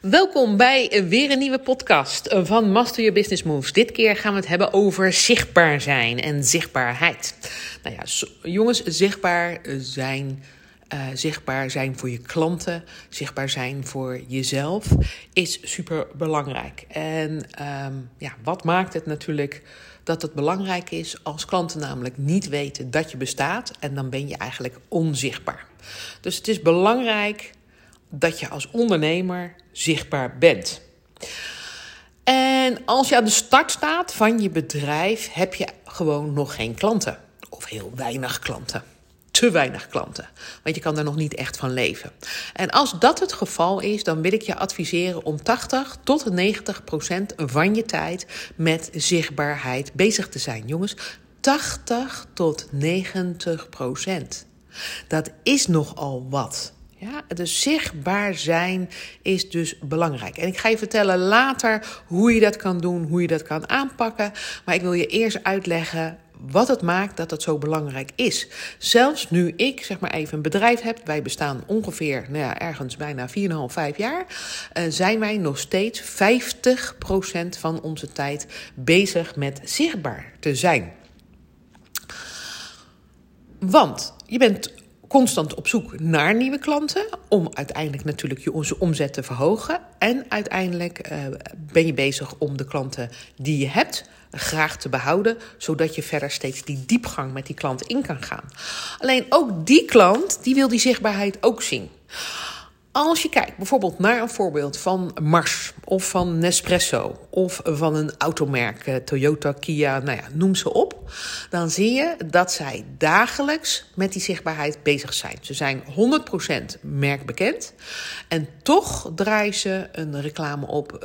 Welkom bij weer een nieuwe podcast van Master Your Business Moves. Dit keer gaan we het hebben over zichtbaar zijn en zichtbaarheid. Nou ja, jongens, zichtbaar zijn voor je klanten, zichtbaar zijn voor jezelf is super belangrijk. En wat maakt het natuurlijk dat het belangrijk is als klanten namelijk niet weten dat je bestaat en dan ben je eigenlijk onzichtbaar. Dus het is belangrijk dat je als ondernemer zichtbaar bent. En als je aan de start staat van je bedrijf, heb je gewoon nog geen klanten. Of heel weinig klanten. Te weinig klanten. Want je kan daar nog niet echt van leven. En als dat het geval is, dan wil ik je adviseren om 80 tot 90% van je tijd met zichtbaarheid bezig te zijn. Jongens, 80 tot 90%. Dat is nogal wat. Ja, dus zichtbaar zijn is dus belangrijk. En ik ga je vertellen later hoe je dat kan doen, hoe je dat kan aanpakken. Maar ik wil je eerst uitleggen wat het maakt dat het zo belangrijk is. Zelfs nu ik zeg maar even een bedrijf heb, wij bestaan ongeveer ergens bijna 4,5 jaar, zijn wij nog steeds 50% van onze tijd bezig met zichtbaar te zijn. Want je bent constant op zoek naar nieuwe klanten om uiteindelijk natuurlijk je omzet te verhogen. En uiteindelijk ben je bezig om de klanten die je hebt graag te behouden, zodat je verder steeds die diepgang met die klant in kan gaan. Alleen ook die klant, die wil die zichtbaarheid ook zien. Als je kijkt bijvoorbeeld naar een voorbeeld van Mars of van Nespresso of van een automerk, Toyota, Kia, noem ze op. Dan zie je dat zij dagelijks met die zichtbaarheid bezig zijn. Ze zijn 100% merkbekend en toch draaien ze een reclame op,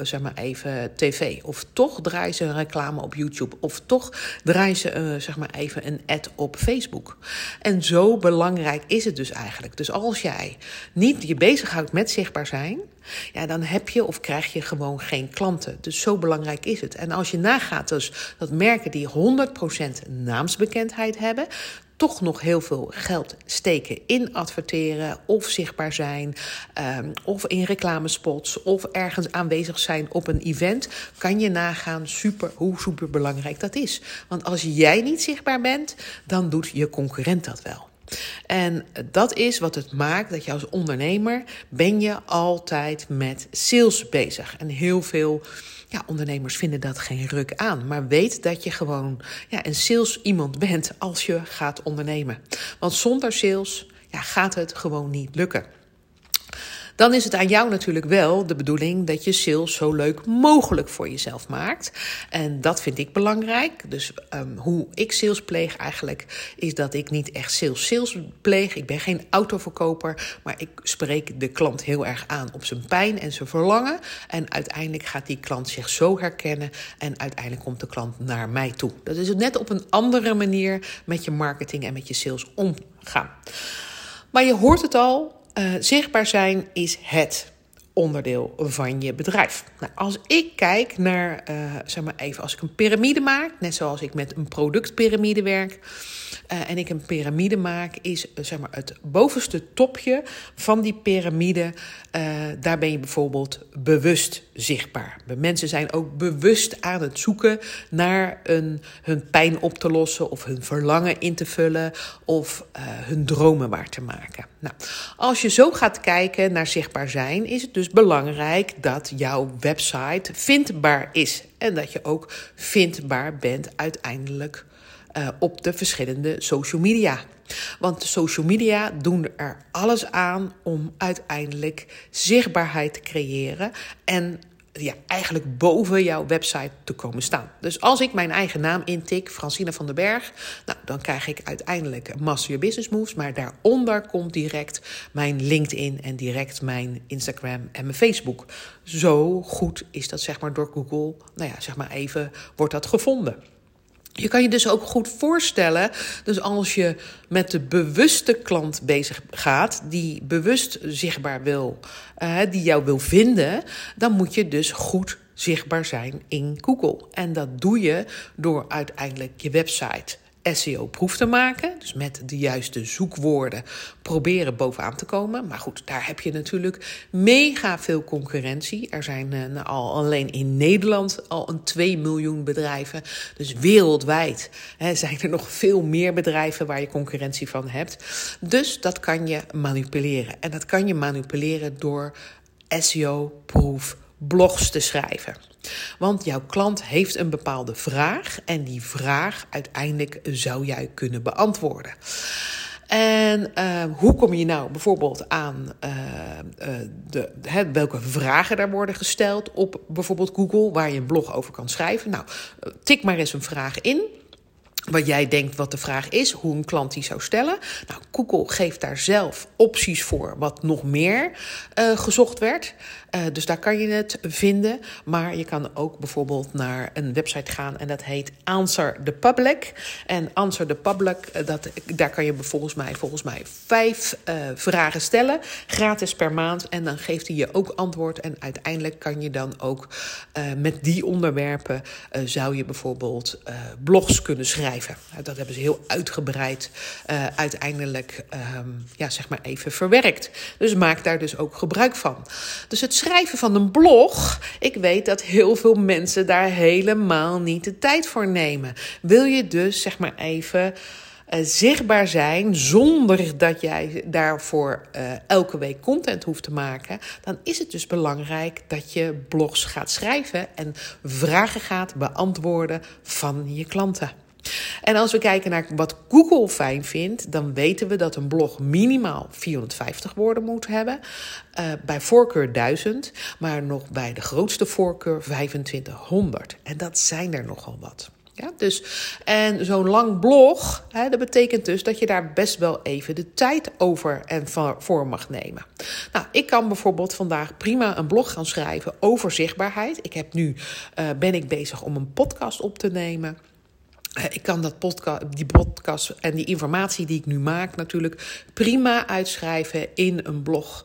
tv. Of toch draaien ze een reclame op YouTube. Of toch draaien ze, even een ad op Facebook. En zo belangrijk is het dus eigenlijk. Dus als jij niet je bezighoudt met zichtbaar zijn, dan heb je of krijg je gewoon geen klanten. Dus zo belangrijk is het. En als je nagaat dus dat merken die 100% naamsbekendheid hebben, toch nog heel veel geld steken in adverteren of zichtbaar zijn, of in reclamespots of ergens aanwezig zijn op een event, kan je nagaan hoe super belangrijk dat is. Want als jij niet zichtbaar bent, dan doet je concurrent dat wel. En dat is wat het maakt dat je als ondernemer ben je altijd met sales bezig. En heel veel ondernemers vinden dat geen ruk aan. Maar weet dat je gewoon een sales iemand bent als je gaat ondernemen. Want zonder sales gaat het gewoon niet lukken. Dan is het aan jou natuurlijk wel de bedoeling dat je sales zo leuk mogelijk voor jezelf maakt. En dat vind ik belangrijk. Dus hoe ik sales pleeg eigenlijk is dat ik niet echt sales pleeg. Ik ben geen autoverkoper, maar ik spreek de klant heel erg aan op zijn pijn en zijn verlangen. En uiteindelijk gaat die klant zich zo herkennen en uiteindelijk komt de klant naar mij toe. Dat is het net op een andere manier met je marketing en met je sales omgaan. Maar je hoort het al. Zichtbaar zijn is het onderdeel van je bedrijf. Nou, als ik kijk naar, als ik een piramide maak, net zoals ik met een productpiramide werk, en ik een piramide maak, is het bovenste topje van die piramide, daar ben je bijvoorbeeld bewust zichtbaar. Mensen zijn ook bewust aan het zoeken naar hun pijn op te lossen of hun verlangen in te vullen of hun dromen waar te maken. Nou, als je zo gaat kijken naar zichtbaar zijn, is het dus belangrijk dat jouw website vindbaar is en dat je ook vindbaar bent uiteindelijk op de verschillende social media. Want de social media doen er alles aan om uiteindelijk zichtbaarheid te creëren en eigenlijk boven jouw website te komen staan. Dus als ik mijn eigen naam intik, Francine van den Berg, dan krijg ik uiteindelijk Master Your Business Moves, maar daaronder komt direct mijn LinkedIn en direct mijn Instagram en mijn Facebook. Zo goed is dat door Google, wordt dat gevonden. Je kan je dus ook goed voorstellen, dus als je met de bewuste klant bezig gaat, die bewust zichtbaar wil, die jou wil vinden, dan moet je dus goed zichtbaar zijn in Google. En dat doe je door uiteindelijk je website SEO-proef te maken. Dus met de juiste zoekwoorden proberen bovenaan te komen. Maar goed, daar heb je natuurlijk mega veel concurrentie. Er zijn alleen in Nederland al 2 miljoen bedrijven. Dus wereldwijd zijn er nog veel meer bedrijven waar je concurrentie van hebt. Dus dat kan je manipuleren. En dat kan je manipuleren door SEO-proef blogs te schrijven. Want jouw klant heeft een bepaalde vraag en die vraag uiteindelijk zou jij kunnen beantwoorden. En hoe kom je nou bijvoorbeeld aan welke vragen daar worden gesteld op bijvoorbeeld Google, waar je een blog over kan schrijven? Nou, tik maar eens een vraag in. Wat jij denkt wat de vraag is, hoe een klant die zou stellen. Nou, Google geeft daar zelf opties voor wat nog meer gezocht werd. Dus daar kan je het vinden. Maar je kan ook bijvoorbeeld naar een website gaan en dat heet Answer the Public. En Answer the Public, daar kan je volgens mij 5 vragen stellen. Gratis per maand. En dan geeft hij je ook antwoord. En uiteindelijk kan je dan ook met die onderwerpen zou je bijvoorbeeld blogs kunnen schrijven. Dat hebben ze heel uitgebreid uiteindelijk zeg maar even verwerkt. Dus maak daar dus ook gebruik van. Dus het schrijven van een blog, ik weet dat heel veel mensen daar helemaal niet de tijd voor nemen. Wil je dus zeg maar even zichtbaar zijn zonder dat jij daarvoor elke week content hoeft te maken, dan is het dus belangrijk dat je blogs gaat schrijven en vragen gaat beantwoorden van je klanten. En als we kijken naar wat Google fijn vindt, dan weten we dat een blog minimaal 450 woorden moet hebben. Bij voorkeur 1000, maar nog bij de grootste voorkeur 2500. En dat zijn er nogal wat. Ja, dus, en zo'n lang blog, dat betekent dus dat je daar best wel even de tijd over en voor mag nemen. Nou, ik kan bijvoorbeeld vandaag prima een blog gaan schrijven over zichtbaarheid. Ben ik bezig om een podcast op te nemen. Ik kan die podcast en die informatie die ik nu maak natuurlijk prima uitschrijven in een blog.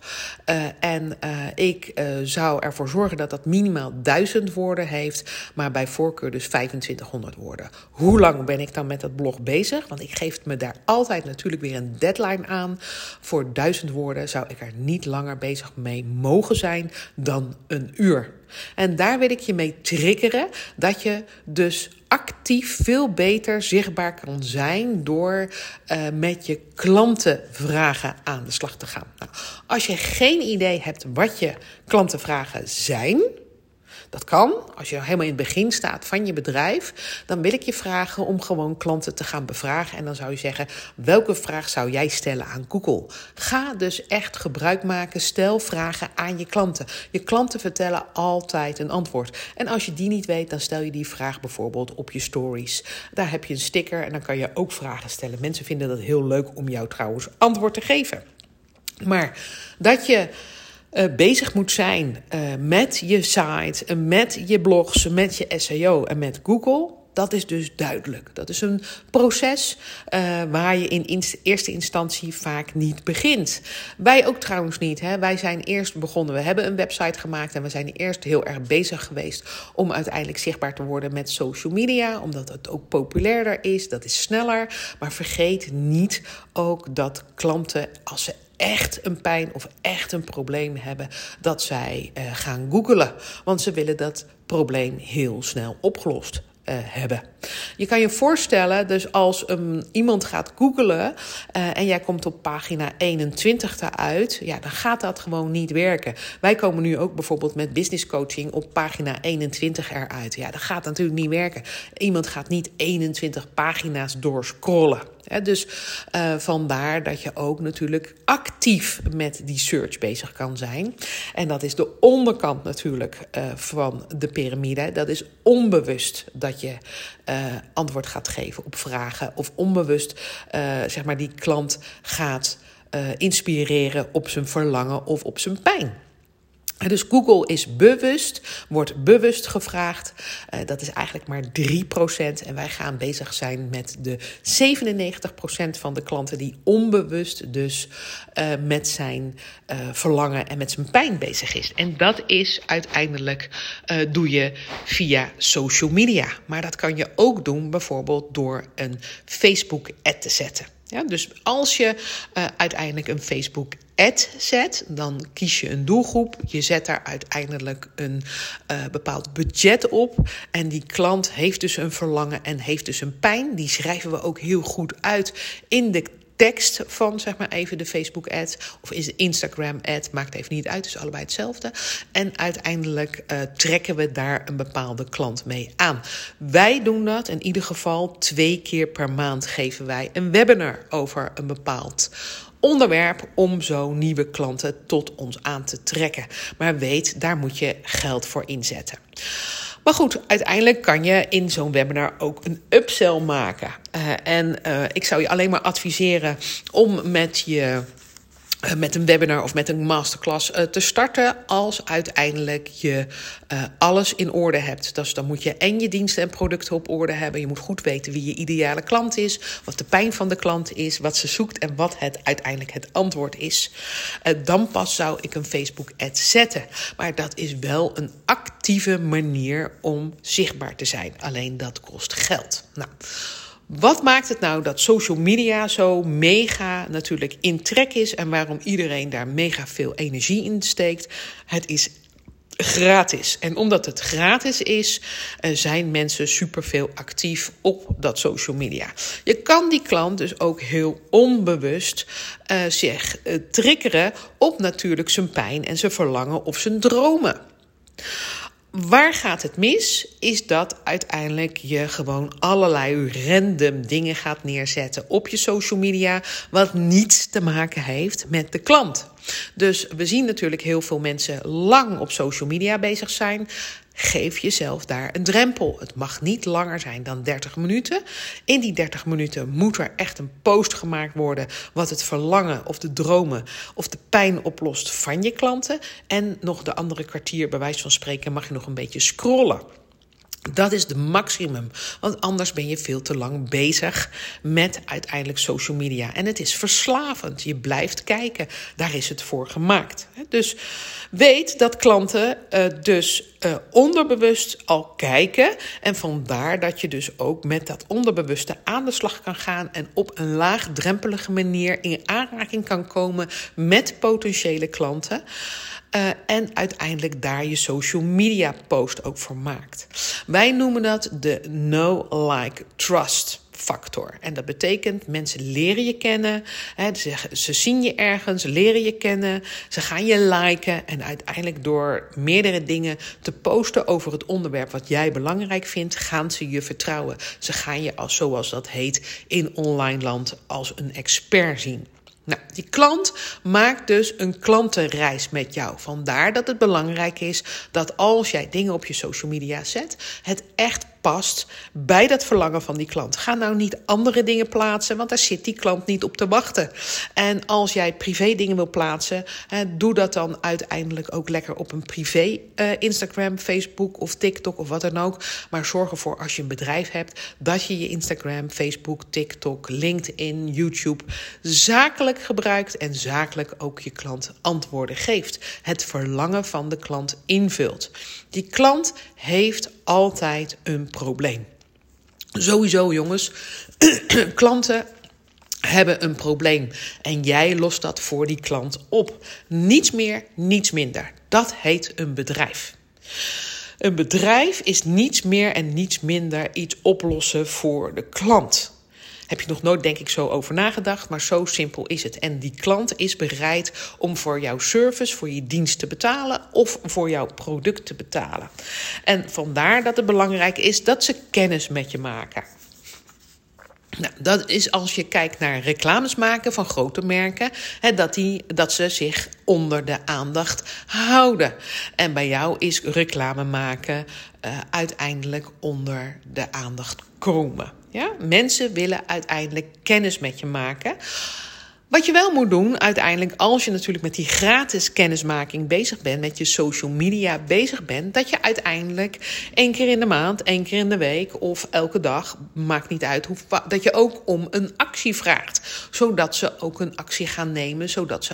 Ik zou ervoor zorgen dat dat minimaal 1000 woorden heeft, maar bij voorkeur dus 2500 woorden. Hoe lang ben ik dan met dat blog bezig? Want ik geef me daar altijd natuurlijk weer een deadline aan. Voor 1000 woorden zou ik er niet langer bezig mee mogen zijn dan een uur. En daar wil ik je mee triggeren dat je dus actief veel beter zichtbaar kan zijn door met je klantenvragen aan de slag te gaan. Nou, als je geen idee hebt wat je klantenvragen zijn, dat kan. Als je helemaal in het begin staat van je bedrijf, dan wil ik je vragen om gewoon klanten te gaan bevragen. En dan zou je zeggen, welke vraag zou jij stellen aan Google? Ga dus echt gebruik maken. Stel vragen aan je klanten. Je klanten vertellen altijd een antwoord. En als je die niet weet, dan stel je die vraag bijvoorbeeld op je stories. Daar heb je een sticker en dan kan je ook vragen stellen. Mensen vinden dat heel leuk om jou trouwens antwoord te geven. Maar dat je bezig moet zijn met je site, met je blogs, met je SEO en met Google, dat is dus duidelijk. Dat is een proces waar je in eerste instantie vaak niet begint. Wij ook trouwens niet. Hè. Wij zijn eerst begonnen, we hebben een website gemaakt en we zijn eerst heel erg bezig geweest om uiteindelijk zichtbaar te worden met social media, omdat het ook populairder is, dat is sneller. Maar vergeet niet ook dat klanten, als ze echt een pijn of echt een probleem hebben, dat zij gaan googlen. Want ze willen dat probleem heel snel opgelost hebben. Je kan je voorstellen, dus als iemand gaat googlen en jij komt op pagina 21 eruit, ja, dan gaat dat gewoon niet werken. Wij komen nu ook bijvoorbeeld met business coaching op pagina 21 eruit. Ja, dat gaat natuurlijk niet werken. Iemand gaat niet 21 pagina's doorscrollen. Dus vandaar dat je ook natuurlijk actief met die search bezig kan zijn. En dat is de onderkant natuurlijk van de piramide. Dat is onbewust dat je antwoord gaat geven op vragen. Of onbewust zeg maar die klant gaat inspireren op zijn verlangen of op zijn pijn. Dus Google is bewust, wordt bewust gevraagd. Dat is eigenlijk maar 3%. En wij gaan bezig zijn met de 97% van de klanten die onbewust dus met zijn verlangen en met zijn pijn bezig is. En dat is uiteindelijk, doe je via social media. Maar dat kan je ook doen bijvoorbeeld door een Facebook-ad te zetten. Ja, dus als je uiteindelijk een Facebook-ad zet, dan kies je een doelgroep. Je zet daar uiteindelijk een bepaald budget op. En die klant heeft dus een verlangen en heeft dus een pijn. Die schrijven we ook heel goed uit in de tekst van, zeg maar even, de Facebook-ad of is de Instagram-ad, maakt even niet uit, het is allebei hetzelfde. En uiteindelijk trekken we daar een bepaalde klant mee aan. Wij doen dat in ieder geval 2 keer per maand geven wij een webinar over een bepaald onderwerp om zo nieuwe klanten tot ons aan te trekken. Maar weet, daar moet je geld voor inzetten. Maar goed, uiteindelijk kan je in zo'n webinar ook een upsell maken. Ik zou je alleen maar adviseren om met een webinar of met een masterclass te starten als uiteindelijk je alles in orde hebt. Dus dan moet je en je diensten en producten op orde hebben. Je moet goed weten wie je ideale klant is, wat de pijn van de klant is, wat ze zoekt en wat uiteindelijk het antwoord is. Dan pas zou ik een Facebook-ad zetten. Maar dat is wel een actieve manier om zichtbaar te zijn. Alleen dat kost geld. Nou, wat maakt het nou dat social media zo mega natuurlijk in trek is en waarom iedereen daar mega veel energie in steekt? Het is gratis. En omdat het gratis is, zijn mensen superveel actief op dat social media. Je kan die klant dus ook heel onbewust triggeren op natuurlijk zijn pijn en zijn verlangen of zijn dromen. Waar gaat het mis? Is dat uiteindelijk je gewoon allerlei random dingen gaat neerzetten op je social media, wat niets te maken heeft met de klant. Dus we zien natuurlijk heel veel mensen lang op social media bezig zijn. Geef jezelf daar een drempel. Het mag niet langer zijn dan 30 minuten. In die 30 minuten moet er echt een post gemaakt worden wat het verlangen of de dromen of de pijn oplost van je klanten. En nog de andere kwartier, bij wijze van spreken, mag je nog een beetje scrollen. Dat is de maximum, want anders ben je veel te lang bezig met uiteindelijk social media. En het is verslavend, je blijft kijken, daar is het voor gemaakt. Dus weet dat klanten onderbewust al kijken. En vandaar dat je dus ook met dat onderbewuste aan de slag kan gaan en op een laagdrempelige manier in aanraking kan komen met potentiële klanten. En uiteindelijk daar je social media post ook voor maakt. Wij noemen dat de know, like, trust factor. En dat betekent, mensen leren je kennen. Ze zien je ergens, leren je kennen. Ze gaan je liken. En uiteindelijk door meerdere dingen te posten over het onderwerp wat jij belangrijk vindt, gaan ze je vertrouwen. Ze gaan je, zoals dat heet, in online land als een expert zien. Nou, die klant maakt dus een klantenreis met jou. Vandaar dat het belangrijk is dat als jij dingen op je social media zet, het echt past bij dat verlangen van die klant. Ga nou niet andere dingen plaatsen, want daar zit die klant niet op te wachten. En als jij privé dingen wil plaatsen, doe dat dan uiteindelijk ook lekker op een privé Instagram, Facebook of TikTok of wat dan ook. Maar zorg ervoor, als je een bedrijf hebt, dat je je Instagram, Facebook, TikTok, LinkedIn, YouTube zakelijk gebruikt en zakelijk ook je klant antwoorden geeft. Het verlangen van de klant invult. Die klant heeft altijd een probleem. Sowieso, jongens, klanten hebben een probleem en jij lost dat voor die klant op. Niets meer, niets minder. Dat heet een bedrijf. Een bedrijf is niets meer en niets minder iets oplossen voor de klant. Heb je nog nooit, denk ik, zo over nagedacht, maar zo simpel is het. En die klant is bereid om voor jouw service, voor je dienst te betalen of voor jouw product te betalen. En vandaar dat het belangrijk is dat ze kennis met je maken. Nou, dat is als je kijkt naar reclames maken van grote merken, dat ze zich onder de aandacht houden. En bij jou is reclame maken uiteindelijk onder de aandacht komen. Ja? Mensen willen uiteindelijk kennis met je maken. Wat je wel moet doen uiteindelijk, als je natuurlijk met die gratis kennismaking bezig bent, met je social media bezig bent, dat je uiteindelijk 1 keer in de maand, 1 keer in de week of elke dag, maakt niet uit, dat je ook om een actie vraagt. Zodat ze ook een actie gaan nemen, zodat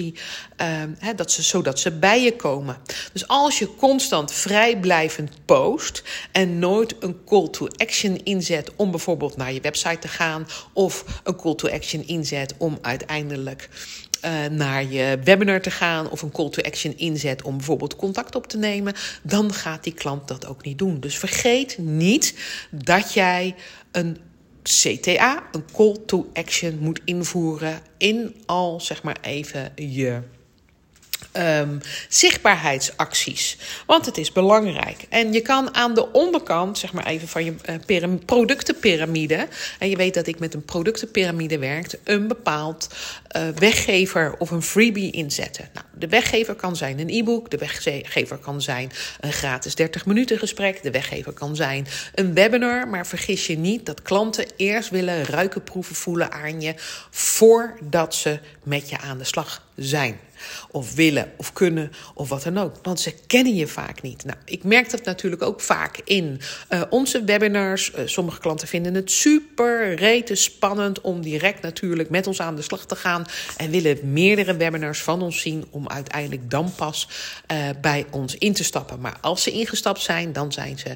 ze bij je komen. Dus als je constant vrijblijvend post en nooit een call to action inzet om bijvoorbeeld naar je website te gaan, of een call to action inzet om uiteindelijk naar je webinar te gaan, of een call to action inzet om bijvoorbeeld contact op te nemen, dan gaat die klant dat ook niet doen. Dus vergeet niet dat jij een CTA, een call to action, moet invoeren in al zeg maar even je zichtbaarheidsacties. Want het is belangrijk. En je kan aan de onderkant, zeg maar even van je productenpyramide, en je weet dat ik met een productenpyramide werk, een bepaald weggever of een freebie inzetten. Nou, de weggever kan zijn een e-book, de weggever kan zijn een gratis 30 minuten gesprek, de weggever kan zijn een webinar, maar vergis je niet dat klanten eerst willen ruiken, proeven, voelen aan je voordat ze met je aan de slag zijn. Of willen, of kunnen, of wat dan ook. Want ze kennen je vaak niet. Nou, ik merk dat natuurlijk ook vaak in onze webinars. Sommige klanten vinden het super rete spannend om direct natuurlijk met ons aan de slag te gaan. En willen meerdere webinars van ons zien om uiteindelijk dan pas bij ons in te stappen. Maar als ze ingestapt zijn, dan zijn ze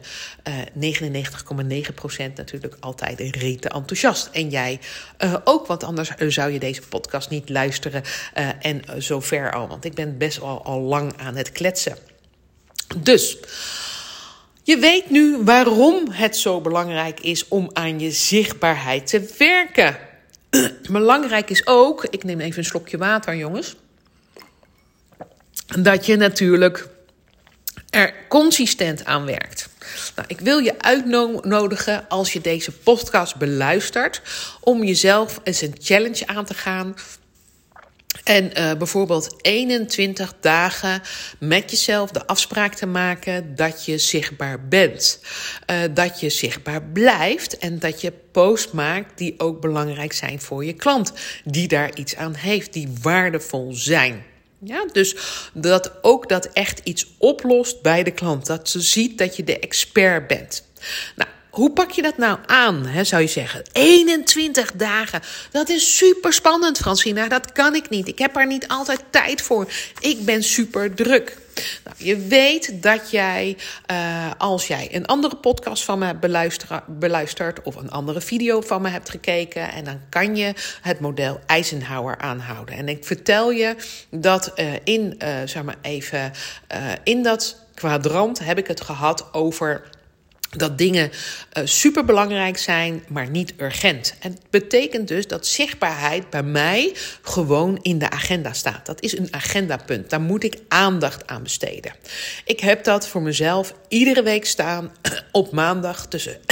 99,9% natuurlijk altijd rete enthousiast. En jij ook, want anders zou je deze podcast niet luisteren en zover al, want ik ben best wel al lang aan het kletsen. Dus je weet nu waarom het zo belangrijk is om aan je zichtbaarheid te werken. Belangrijk is ook, ik neem even een slokje water, jongens, dat je natuurlijk er consistent aan werkt. Nou, ik wil je uitnodigen, als je deze podcast beluistert, om jezelf eens een challenge aan te gaan. En bijvoorbeeld 21 dagen met jezelf de afspraak te maken dat je zichtbaar bent. Dat je zichtbaar blijft en dat je posts maakt die ook belangrijk zijn voor je klant. Die daar iets aan heeft, die waardevol zijn. Ja, dus dat echt iets oplost bij de klant. Dat ze ziet dat je de expert bent. Nou, hoe pak je dat nou aan, zou je zeggen? 21 dagen, dat is super spannend, Francina. Dat kan ik niet. Ik heb er niet altijd tijd voor. Ik ben super druk. Nou, je weet dat jij, als jij een andere podcast van me beluistert of een andere video van me hebt gekeken, en dan kan je het model Eisenhower aanhouden. En ik vertel je dat in dat kwadrant heb ik het gehad over dat dingen super belangrijk zijn, maar niet urgent. En het betekent dus dat zichtbaarheid bij mij gewoon in de agenda staat. Dat is een agendapunt. Daar moet ik aandacht aan besteden. Ik heb dat voor mezelf iedere week staan op maandag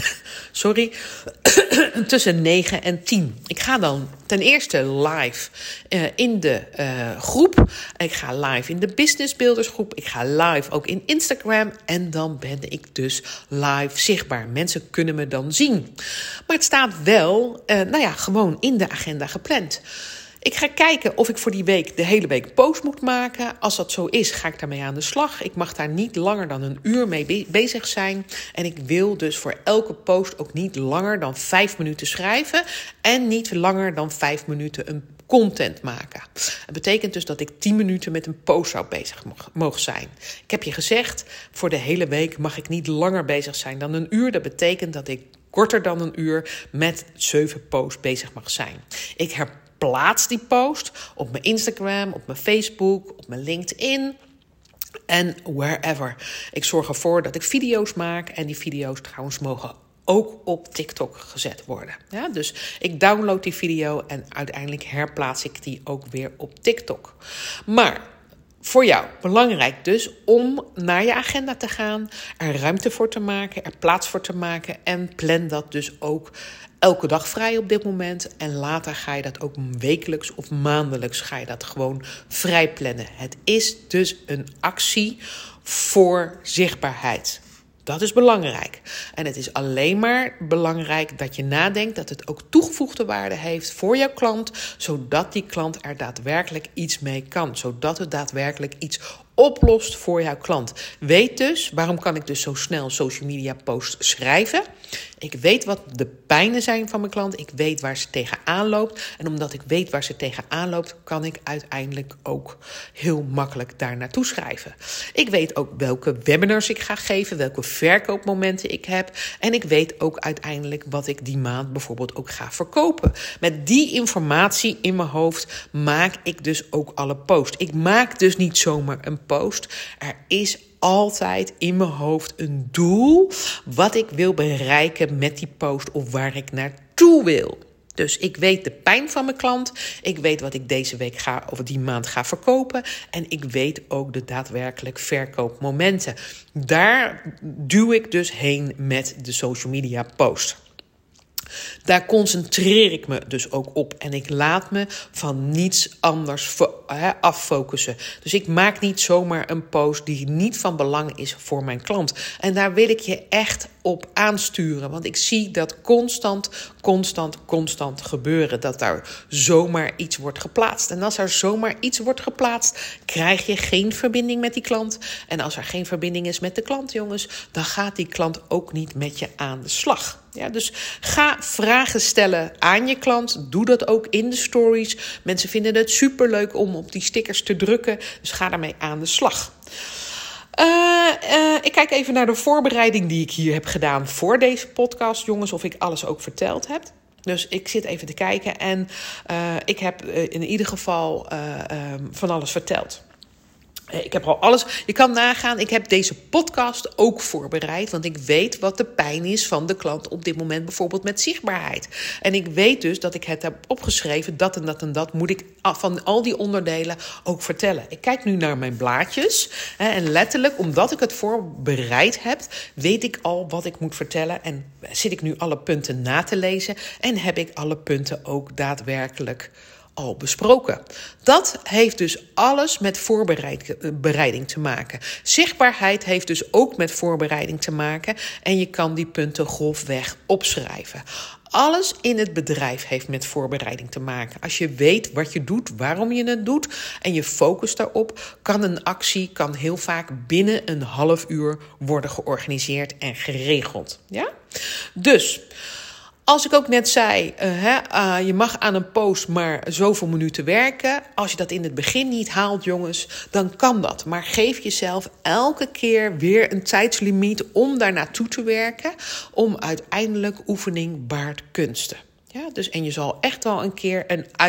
tussen 9 en 10. Ik ga dan ten eerste live in de groep. Ik ga live in de Business Builders groep. Ik ga live ook in Instagram. En dan ben ik dus live zichtbaar. Mensen kunnen me dan zien. Maar het staat wel gewoon in de agenda gepland. Ik ga kijken of ik voor die week de hele week post moet maken. Als dat zo is, ga ik daarmee aan de slag. Ik mag daar niet langer dan een uur mee bezig zijn. En ik wil dus voor elke post ook niet langer dan 5 minuten schrijven. En niet langer dan 5 minuten een content maken. Het betekent dus dat ik 10 minuten met een post zou bezig mogen zijn. Ik heb je gezegd, voor de hele week mag ik niet langer bezig zijn dan een uur. Dat betekent dat ik korter dan een uur met 7 posts bezig mag zijn. Ik herplaats die post op mijn Instagram, op mijn Facebook, op mijn LinkedIn en wherever. Ik zorg ervoor dat ik video's maak en die video's trouwens mogen ook op TikTok gezet worden. Ja, dus ik download die video en uiteindelijk herplaats ik die ook weer op TikTok. Maar voor jou belangrijk dus om naar je agenda te gaan, er ruimte voor te maken, er plaats voor te maken en plan dat dus ook elke dag vrij op dit moment. En later ga je dat ook wekelijks of maandelijks ga je dat gewoon vrij plannen. Het is dus een actie voor zichtbaarheid. Dat is belangrijk. En het is alleen maar belangrijk dat je nadenkt dat het ook toegevoegde waarde heeft voor jouw klant, zodat die klant er daadwerkelijk iets mee kan. Zodat het daadwerkelijk iets oplost voor jouw klant. Weet dus, waarom kan ik dus zo snel social media posts schrijven? Ik weet wat de pijnen zijn van mijn klant. Ik weet waar ze tegenaan loopt. En omdat ik weet waar ze tegenaan loopt, kan ik uiteindelijk ook heel makkelijk daar naartoe schrijven. Ik weet ook welke webinars ik ga geven, welke verkoopmomenten ik heb. En ik weet ook uiteindelijk wat ik die maand bijvoorbeeld ook ga verkopen. Met die informatie in mijn hoofd maak ik dus ook alle posts. Ik maak dus niet zomaar een post. Er is altijd in mijn hoofd een doel wat ik wil bereiken met die post of waar ik naartoe wil. Dus ik weet de pijn van mijn klant. Ik weet wat ik deze week of die maand ga verkopen. En ik weet ook de daadwerkelijk verkoopmomenten. Daar duw ik dus heen met de social media post. Daar concentreer ik me dus ook op. En ik laat me van niets anders affocussen. Dus ik maak niet zomaar een post die niet van belang is voor mijn klant. En daar wil ik je echt op aansturen. Want ik zie dat constant gebeuren. Dat daar zomaar iets wordt geplaatst. En als er zomaar iets wordt geplaatst, krijg je geen verbinding met die klant. En als er geen verbinding is met de klant, jongens, dan gaat die klant ook niet met je aan de slag. Ja, dus ga vragen stellen aan je klant. Doe dat ook in de stories. Mensen vinden het superleuk om op die stickers te drukken. Dus ga daarmee aan de slag. Ik kijk even naar de voorbereiding die ik hier heb gedaan voor deze podcast, jongens. Of ik alles ook verteld heb. Dus ik zit even te kijken en ik heb in ieder geval van alles verteld. Ik heb al alles. Je kan nagaan, ik heb deze podcast ook voorbereid. Want ik weet wat de pijn is van de klant op dit moment, bijvoorbeeld met zichtbaarheid. En ik weet dus dat ik het heb opgeschreven, dat en dat en dat moet ik van al die onderdelen ook vertellen. Ik kijk nu naar mijn blaadjes. En letterlijk, omdat ik het voorbereid heb, weet ik al wat ik moet vertellen. En zit ik nu alle punten na te lezen. En heb ik alle punten ook daadwerkelijk al besproken. Dat heeft dus alles met voorbereiding te maken. Zichtbaarheid heeft dus ook met voorbereiding te maken. En je kan die punten grofweg opschrijven. Alles in het bedrijf heeft met voorbereiding te maken. Als je weet wat je doet, waarom je het doet en je focust daarop, kan een actie heel vaak binnen een half uur worden georganiseerd en geregeld. Ja? Dus als ik ook net zei, je mag aan een post maar zoveel minuten werken. Als je dat in het begin niet haalt, jongens, dan kan dat. Maar geef jezelf elke keer weer een tijdslimiet om daar naartoe te werken. Om uiteindelijk oefening baart kunsten. Ja, dus, en je zal echt wel een keer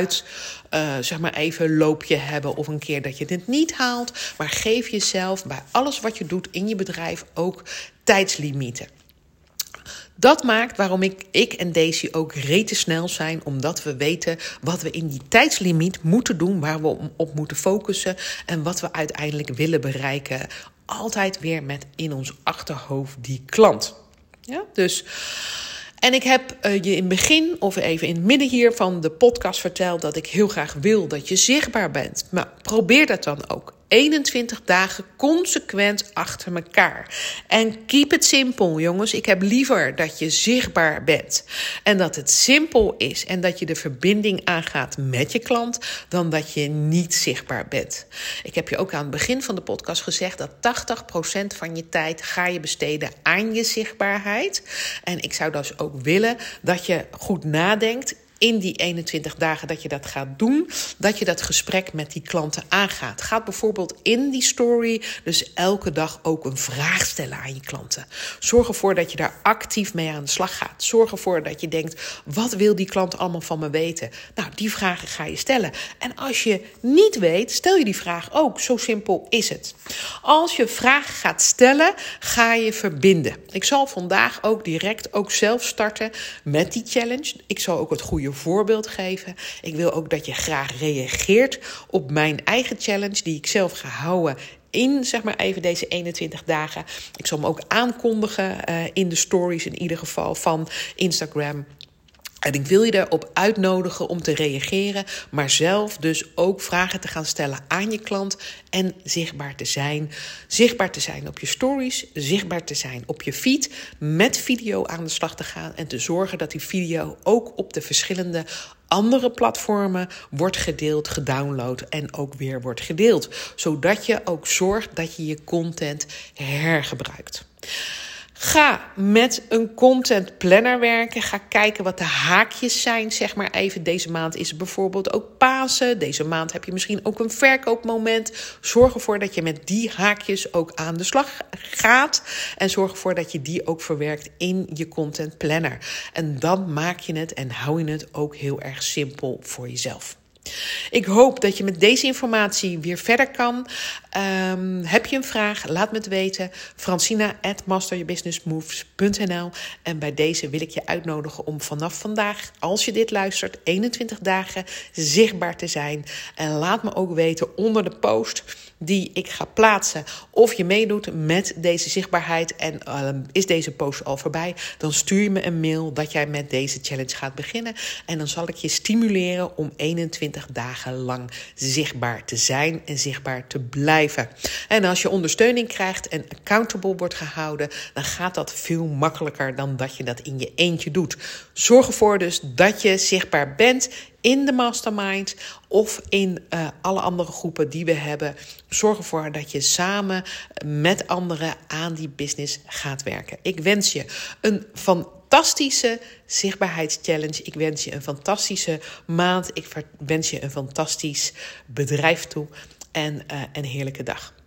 een loopje hebben of een keer dat je het niet haalt. Maar geef jezelf bij alles wat je doet in je bedrijf ook tijdslimieten. Dat maakt waarom ik en Daisy ook rete snel zijn, omdat we weten wat we in die tijdslimiet moeten doen, waar we op moeten focussen en wat we uiteindelijk willen bereiken. Altijd weer met in ons achterhoofd die klant. Ja, dus. En ik heb je in het begin of even in het midden hier van de podcast verteld dat ik heel graag wil dat je zichtbaar bent. Maar probeer dat dan ook. 21 dagen consequent achter elkaar. En keep it simple, jongens. Ik heb liever dat je zichtbaar bent. En dat het simpel is. En dat je de verbinding aangaat met je klant. Dan dat je niet zichtbaar bent. Ik heb je ook aan het begin van de podcast gezegd dat 80% van je tijd ga je besteden aan je zichtbaarheid. En ik zou dus ook willen dat je goed nadenkt in die 21 dagen dat je dat gaat doen, dat je dat gesprek met die klanten aangaat. Ga bijvoorbeeld in die story dus elke dag ook een vraag stellen aan je klanten. Zorg ervoor dat je daar actief mee aan de slag gaat. Zorg ervoor dat je denkt, wat wil die klant allemaal van me weten? Nou, die vragen ga je stellen. En als je niet weet, stel je die vraag ook. Zo simpel is het. Als je vragen gaat stellen, ga je verbinden. Ik zal vandaag ook direct ook zelf starten met die challenge. Ik zal ook het goede voorbeeld geven. Ik wil ook dat je graag reageert op mijn eigen challenge die ik zelf ga houden in deze 21 dagen. Ik zal hem ook aankondigen in de stories in ieder geval van Instagram. En ik wil je erop uitnodigen om te reageren, maar zelf dus ook vragen te gaan stellen aan je klant en zichtbaar te zijn. Zichtbaar te zijn op je stories, zichtbaar te zijn op je feed, met video aan de slag te gaan en te zorgen dat die video ook op de verschillende andere platformen wordt gedeeld, gedownload en ook weer wordt gedeeld. Zodat je ook zorgt dat je je content hergebruikt. Ga met een content planner werken. Ga kijken wat de haakjes zijn. Zeg maar even, deze maand is het bijvoorbeeld ook Pasen. Deze maand heb je misschien ook een verkoopmoment. Zorg ervoor dat je met die haakjes ook aan de slag gaat. En zorg ervoor dat je die ook verwerkt in je content planner. En dan maak je het en hou je het ook heel erg simpel voor jezelf. Ik hoop dat je met deze informatie weer verder kan. Heb je een vraag? Laat me het weten. Francina@masteryourbusinessmoves.nl. En bij deze wil ik je uitnodigen om vanaf vandaag, als je dit luistert, 21 dagen zichtbaar te zijn. En laat me ook weten onder de post die ik ga plaatsen of je meedoet met deze zichtbaarheid. En is deze post al voorbij, dan stuur je me een mail dat jij met deze challenge gaat beginnen. En dan zal ik je stimuleren om 21 dagen lang zichtbaar te zijn en zichtbaar te blijven. En als je ondersteuning krijgt en accountable wordt gehouden, dan gaat dat veel makkelijker dan dat je dat in je eentje doet. Zorg ervoor dus dat je zichtbaar bent in de mastermind of in alle andere groepen die we hebben. Zorg ervoor dat je samen met anderen aan die business gaat werken. Ik wens je een fantastische zichtbaarheidschallenge. Ik wens je een fantastische maand. Ik wens je een fantastisch bedrijf toe en een heerlijke dag.